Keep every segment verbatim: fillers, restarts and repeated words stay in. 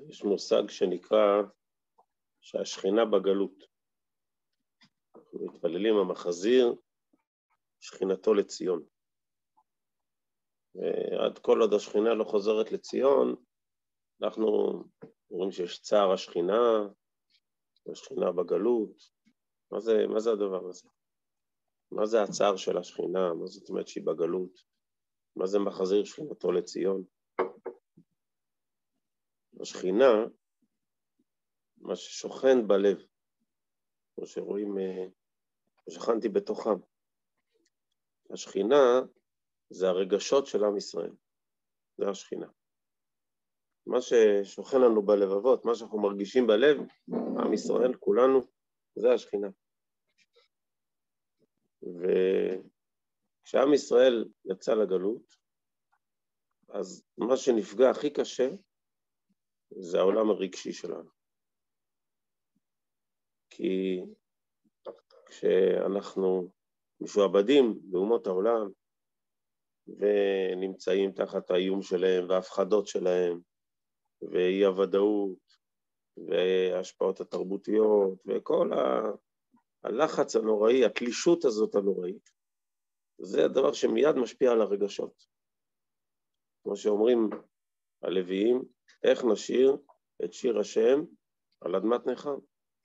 יש מושג שנקרא שהשכינה בגלות. אנחנו מתפללים המחזיר שכינתו לציון. ועד כל עוד השכינה לא חוזרת לציון, אנחנו רואים שיש צער השכינה, השכינה בגלות. מה זה, מה זה הדבר הזה? מה זה הצער של השכינה? מה זאת אומרת שהיא בגלות? מה זה מחזיר שכינתו לציון? השכינה, מה ששוכן בלב, כמו שרואים, שכנתי בתוכם. השכינה זה הרגשות של עם ישראל, זה השכינה. מה ששוכן לנו בלבבות, מה שאנחנו מרגישים בלב, עם ישראל, כולנו, זה השכינה. וכשעם ישראל יצא לגלות, אז מה שנפגע הכי קשה, זה העולם הרגשי שלנו. כי כשאנחנו משועבדים באומות העולם, ונמצאים תחת האיום שלהם וההפחדות שלהם, ואי הוודאות, וההשפעות התרבותיות, וכל הלחץ הנוראי, התלישות הזאת הנוראית, זה הדבר שמיד משפיע על הרגשות. כמו שאומרים הלוויים, איך נשיר את שיר השם על אדמת נחם.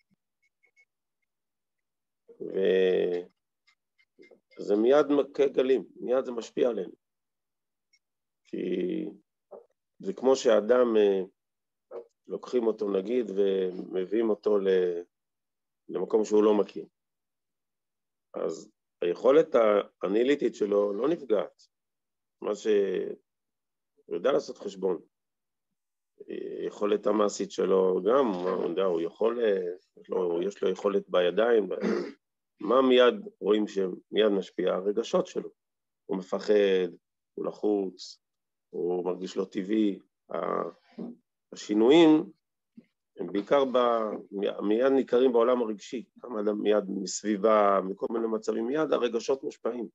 וזה מיד מכה גלים, מיד זה משפיע עלינו. כי זה כמו שאדם, לוקחים אותו נגיד ומביאים אותו למקום שהוא לא מכיר. אז היכולת האנליטית שלו לא נפגעת. מה שהוא יודע לעשות חשבון. יכולת המעשית שלו גם, הוא יודע, הוא יכול, יש לו, יש לו יכולת בידיים, מה מיד רואים שמיד משפיע? הרגשות שלו. הוא מפחד, הוא לחוץ, הוא מרגיש לא טבעי. השינויים הם בעיקר ב, מיד ניכרים בעולם הרגשי, מיד מסביבה, מכל מיני מצבים, מיד הרגשות מושפעים.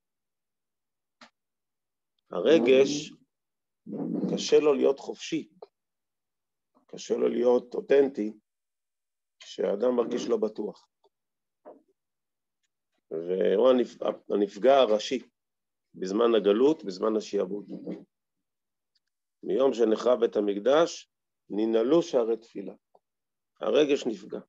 הרגש קשה לו להיות חופשי, קשה לו להיות אותנטי, כשאדם מרגיש לא בטוח. והוא הנפגע הראשי בזמן הגלות, בזמן השיעבוד. מיום שנחרב בית המקדש, ננעלו שערי תפילה. הרגש נפגע.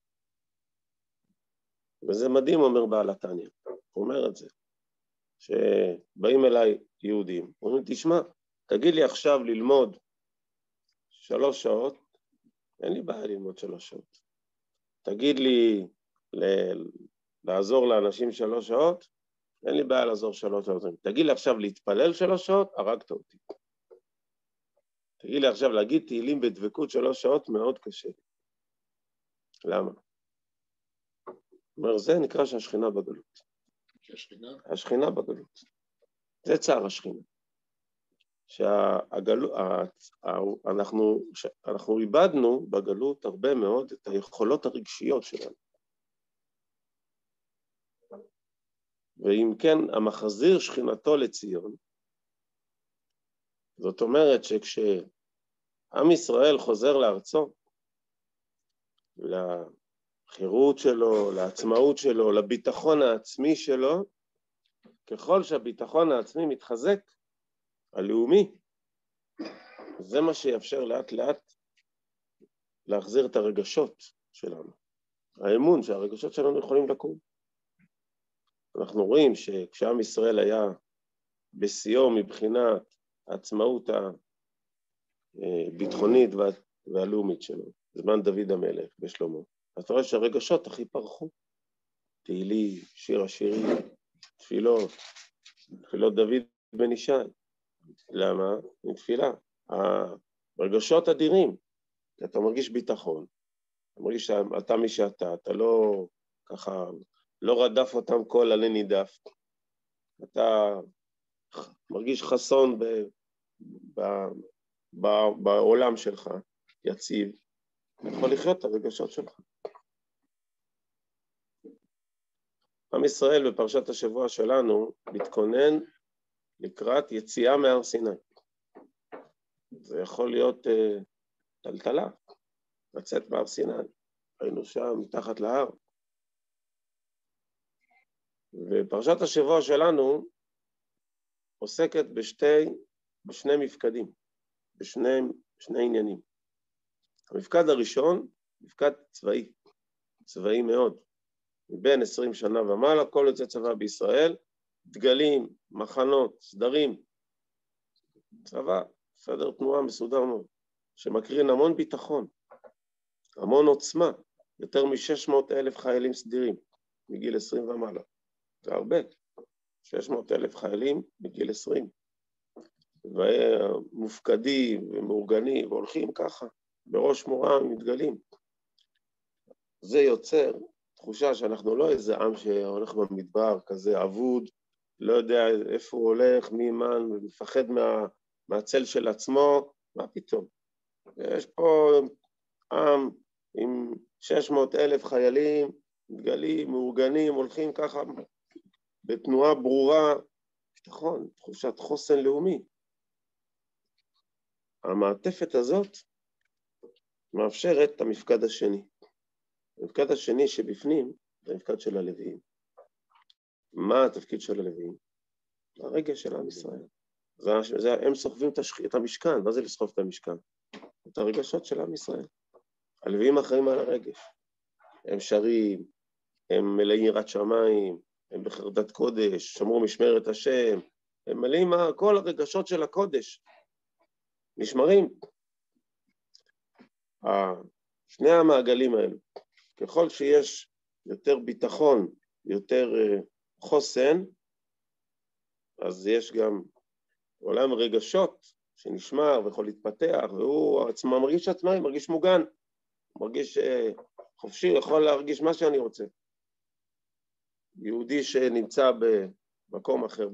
וזה מדהים, אומר בעל התניא. הוא אומר את זה. שבאים אליי יהודים, אומרים, תשמע, תגיד לי עכשיו ללמוד שלוש שעות, אין לי בעיה ללמוד שלוש שעות. תגיד לי ל- לעזור לאנשים שלוש שעות, אין לי בעיה לעזור שלוש שעות. תגיד לי עכשיו להתפלל שלוש שעות, הרגת אותי. תגיד לי עכשיו להגיד תהילים בדבקות שלוש שעות, מאוד קשה. למה? אומר, זה נקרא שהשכינה בגלות. שהשכינה? השכינה בגלות. זה צער השכינה. שהגלות, אנחנו, אנחנו איבדנו בגלות הרבה מאוד את היכולות הרגשיות שלנו. ואם כן, המחזיר שכינתו לציון, זאת אומרת שכשעם ישראל חוזר לארצו, לחירות שלו, לעצמאות שלו, לביטחון העצמי שלו, ככל שהביטחון העצמי מתחזק, הלאומי, זה מה שיאפשר לאט לאט להחזיר את הרגשות שלנו. האמון שהרגשות שלנו יכולים לקום. אנחנו רואים שכשעם ישראל היה בשיאו מבחינת העצמאות הביטחונית והלאומית שלו, זמן דוד המלך בשלמה, אז אתה רואה שהרגשות הכי פרחו. תהילי, שיר השירים, תפילות, תפילות דוד בן ישי. למה? עם תפילה. הרגשות אדירים. אתה מרגיש ביטחון. אתה מרגיש שאתה מי שאתה, אתה לא ככה, לא רדף אותם כל עלי נידף. אתה מרגיש חסון ב, ב, ב, בעולם שלך, יציב. אתה יכול לחיות את הרגשות שלך. עם ישראל בפרשת השבוע שלנו מתכונן לקראת יציאה מהר סיני. זה יכול להיות uh, טלטלה. לצאת מהר סיני, היינו שם מתחת להר. ופרשת השבוע שלנו עוסקת בשתי, בשני מפקדים, בשני שני עניינים. המפקד הראשון, מפקד צבאי, צבאי מאוד. מבין עשרים שנה ומעלה, כל יוצא צבא בישראל, דגלים, מחנות, סדרים, צבא, סדר תנועה מסודר מאוד, שמקרין המון ביטחון, המון עוצמה, יותר מ-שש מאות אלף חיילים סדירים, מגיל עשרים ומעלה. זה הרבה, שש מאות אלף חיילים מגיל עשרים, ומופקדים ומאורגנים, והולכים ככה, בראש מורם מתגלים. זה יוצר תחושה שאנחנו לא איזה עם שהולך במדבר כזה אבוד, לא יודע איפה הוא הולך, מי מן, מפחד מה, מהצל של עצמו, מה פתאום? יש פה עם עם שש מאות אלף חיילים, מתגלים, מאורגנים, הולכים ככה בתנועה ברורה, ביטחון, תחושת חוסן לאומי. המעטפת הזאת מאפשרת את המפקד השני. המפקד השני שבפנים זה המפקד של הלוויים. מה התפקיד של הלוויים? הרגש של עם ישראל. זה, זה, הם סוחבים את, השכ... את המשכן. מה זה לסחוב את המשכן? את הרגשות של עם ישראל. הלוויים אחראים על הרגש. הם שרים, הם מלאים יראת שמיים, הם בחרדת קודש, שמרו משמרת השם, הם מלאים כל הרגשות של הקודש. נשמרים. שני המעגלים האלו, ככל שיש יותר ביטחון, יותר חוסן, אז יש גם עולם רגשות שנשמר ויכול להתפתח, והוא עצמו מרגיש עצמאי, מרגיש מוגן, מרגיש חופשי, יכול להרגיש מה שאני רוצה. יהודי שנמצא במקום אחר,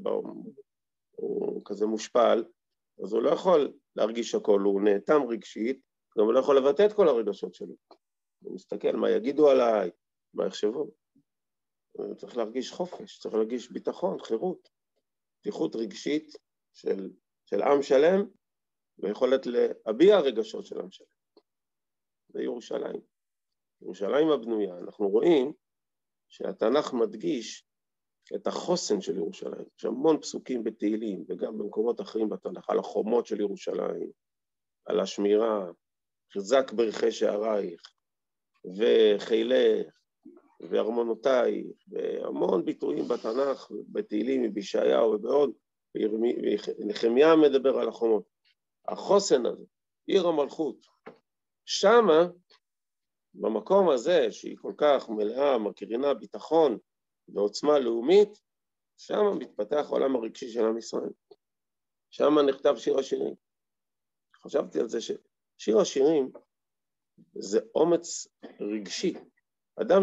הוא כזה מושפל, אז הוא לא יכול להרגיש הכל, הוא נאטם רגשית, גם הוא לא יכול לבטא את כל הרגשות שלו. הוא מסתכל מה יגידו עליי, מה יחשבו. הוא צריך להרגיש חופש, צריך להרגיש ביטחון, חירות, פתיחות רגשית של, של עם שלם, ויכולת להביע הרגשות של עם שלם. זה ירושלים. ירושלים הבנויה, אנחנו רואים שהתנ"ך מדגיש את החוסן של ירושלים. יש המון פסוקים בתהילים, וגם במקומות אחרים בתנ"ך, על החומות של ירושלים, על השמירה, חזק ברכי שערייך, וחילך, וארמונותייך, והמון ביטויים בתנ"ך, בתהילים, בישעיהו ובעוד, ונחמיה מדבר על החומות. החוסן הזה, עיר המלכות, שמה, במקום הזה, שהיא כל כך מלאה, מקרינה ביטחון ועוצמה לאומית, שמה מתפתח העולם הרגשי של עם ישראל. שמה נכתב שיר השירים. חשבתי על זה ששיר השירים זה אומץ רגשי. אדם,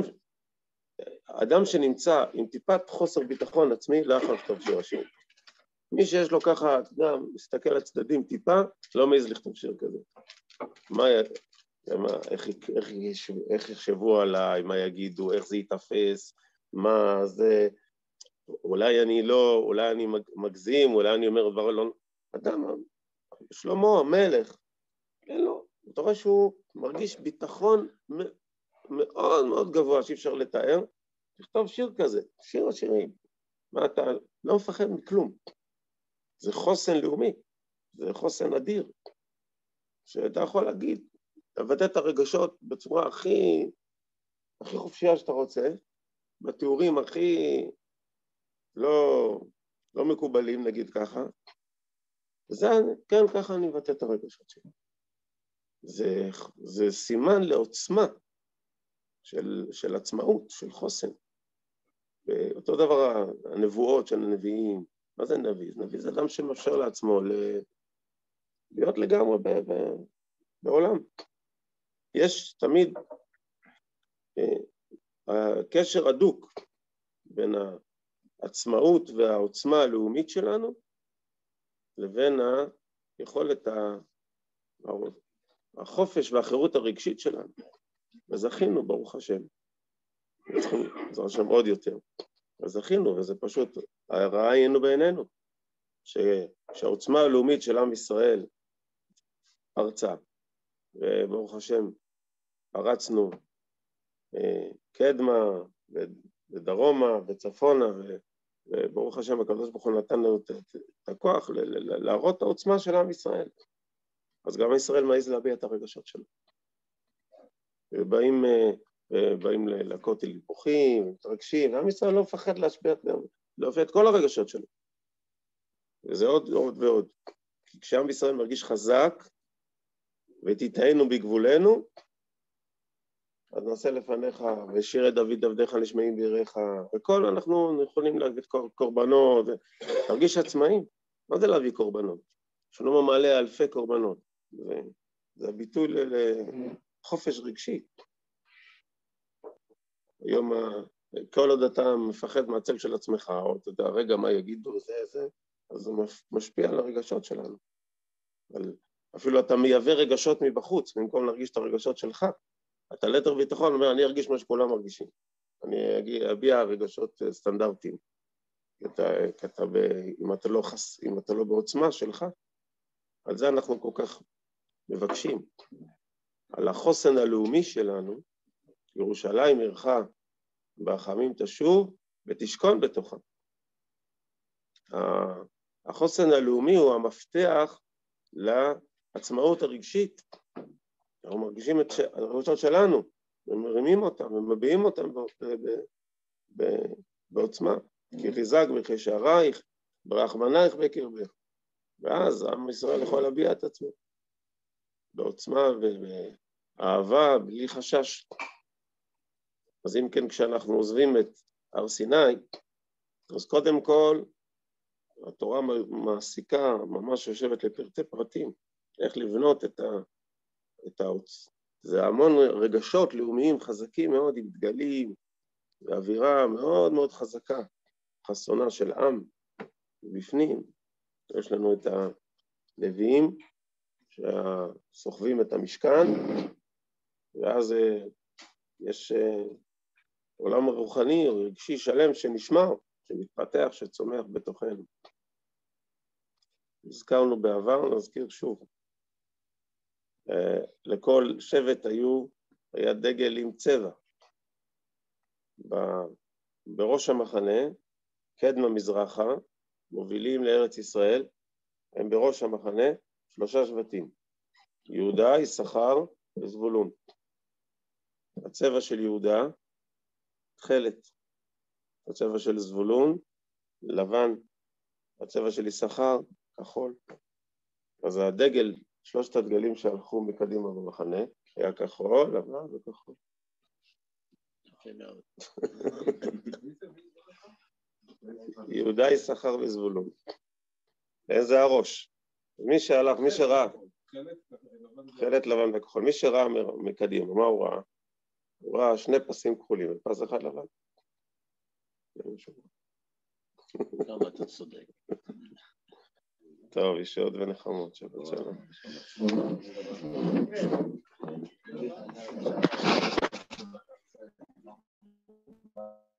אדם שנמצא עם טיפת חוסר ביטחון עצמי, לא יכול לכתוב שיר השירים. מי שיש לו ככה, גם מסתכל על צדדים טיפה, לא מעז לכתוב שיר כזה. מה, מה, איך, איך, איך יחשבו עליי, מה יגידו, איך זה יתאפס, מה זה, אולי אני לא, אולי אני מגזים, אולי אני אומר דבר לא, אדם, שלמה, המלך, אין לו, אתה רואה שהוא מרגיש ביטחון מאוד מאוד גבוה שאי אפשר לתאר, תכתוב שיר כזה, שיר השירים, מה אתה לא מפחד מכלום, זה חוסן לאומי, זה חוסן אדיר, שאתה יכול להגיד, לבטא את הרגשות בצורה הכי, הכי חופשייה שאתה רוצה, בתיאורים הכי לא, לא מקובלים, נגיד ככה, וזה, כן, ככה אני מבטא את הרגשות שלי. זה, זה סימן לעוצמה של, של עצמאות, של חוסן. ואותו דבר הנבואות של הנביאים, מה זה נביא? נביא זה אדם שמאפשר לעצמו ל... להיות לגמרי ב... ב... בעולם. יש תמיד הקשר הדוק בין העצמאות והעוצמה הלאומית שלנו לבין היכולת החופש והחירות הרגשית שלנו. וזכינו, ברוך השם. זה השם עוד יותר. וזכינו, וזה פשוט, הרעה היינו בעינינו, שהעוצמה הלאומית של עם ישראל פרצה. וברוך השם, פרצנו קדמה ודרומה וצפונה, וברוך השם הקדוש ברוך הוא נתן לנו את הכוח להראות את העוצמה של עם ישראל. אז גם ישראל מעז להביע את הרגשות שלו. ובאים, באים לכותל היפוכים, מתרגשים, עם ישראל לא מפחד להשפיע את כל הרגשות שלו. וזה עוד עוד ועוד. כי כשעם ישראל מרגיש חזק, ותתהינו בגבולנו, אז נעשה לפניך, ושיר את דוד עבדיך נשמעים ביריך, וכל אנחנו יכולים להביא קורבנות, תרגיש עצמאים. מה זה להביא קורבנות? שלמה מעלה אלפי קורבנות. זה, זה הביטוי לחופש רגשי. היום, כל עוד אתה מפחד מהצל של עצמך, או אתה יודע, רגע, מה יגידו, זה, זה, אז זה משפיע על הרגשות שלנו. אבל אפילו אתה מייבא רגשות מבחוץ, במקום להרגיש את הרגשות שלך. אתה ליתר ביטחון אומר, אני ארגיש מה שכולם מרגישים. אני אביע רגשות סטנדרטיים. אתה, אתה ב, אם, אתה לא חס, אם אתה לא בעוצמה שלך, על זה אנחנו כל כך מבקשים. על החוסן הלאומי שלנו, ירושלים עירך ברחמים תשוב ותשכון בתוכה. החוסן הלאומי הוא המפתח לעצמאות הרגשית. אנחנו מרגישים את הרגשות שלנו, ומרימים אותם, ומביעים אותם בעוצמה. כי חיזק בחשערייך, ברחמנייך בקרבך. ואז עם ישראל יכול להביע את עצמו. בעוצמה ובאהבה, בלי חשש. אז אם כן, כשאנחנו עוזבים את הר סיני, אז קודם כל, התורה מעסיקה, ממש יושבת לפרטי פרטים, איך לבנות את ה... את העוצ... זה המון רגשות לאומיים חזקים מאוד, עם דגלים, ואווירה מאוד מאוד חזקה, חסונה של עם, בפנים. יש לנו את הלוויים, שסוחבים את המשכן, ואז יש עולם רוחני או רגשי שלם שנשמע, שמתפתח, שצומח בתוכנו. הזכרנו בעבר, נזכיר שוב. לכל שבט היו, היה דגל עם צבע. בראש המחנה, קדמה מזרחה, מובילים לארץ ישראל, הם בראש המחנה שלושה שבטים, יהודה, יששכר וזבולון. הצבע של יהודה, תכלת. הצבע של זבולון, לבן. הצבע של יששכר, כחול. אז הדגל, שלושת הדגלים שהלכו מקדימה במחנה, היה כחול, לבן וכחול. יהודה, יששכר וזבולון. איזה הראש. מי שהלך, מי שראה, תכלת לבן וכחול, מי שראה מקדימה, מה הוא ראה? הוא ראה שני פסים כחולים, ופס אחד לבן. כמה אתה צודק. טוב, ישועות ונחמות, שבת שלום.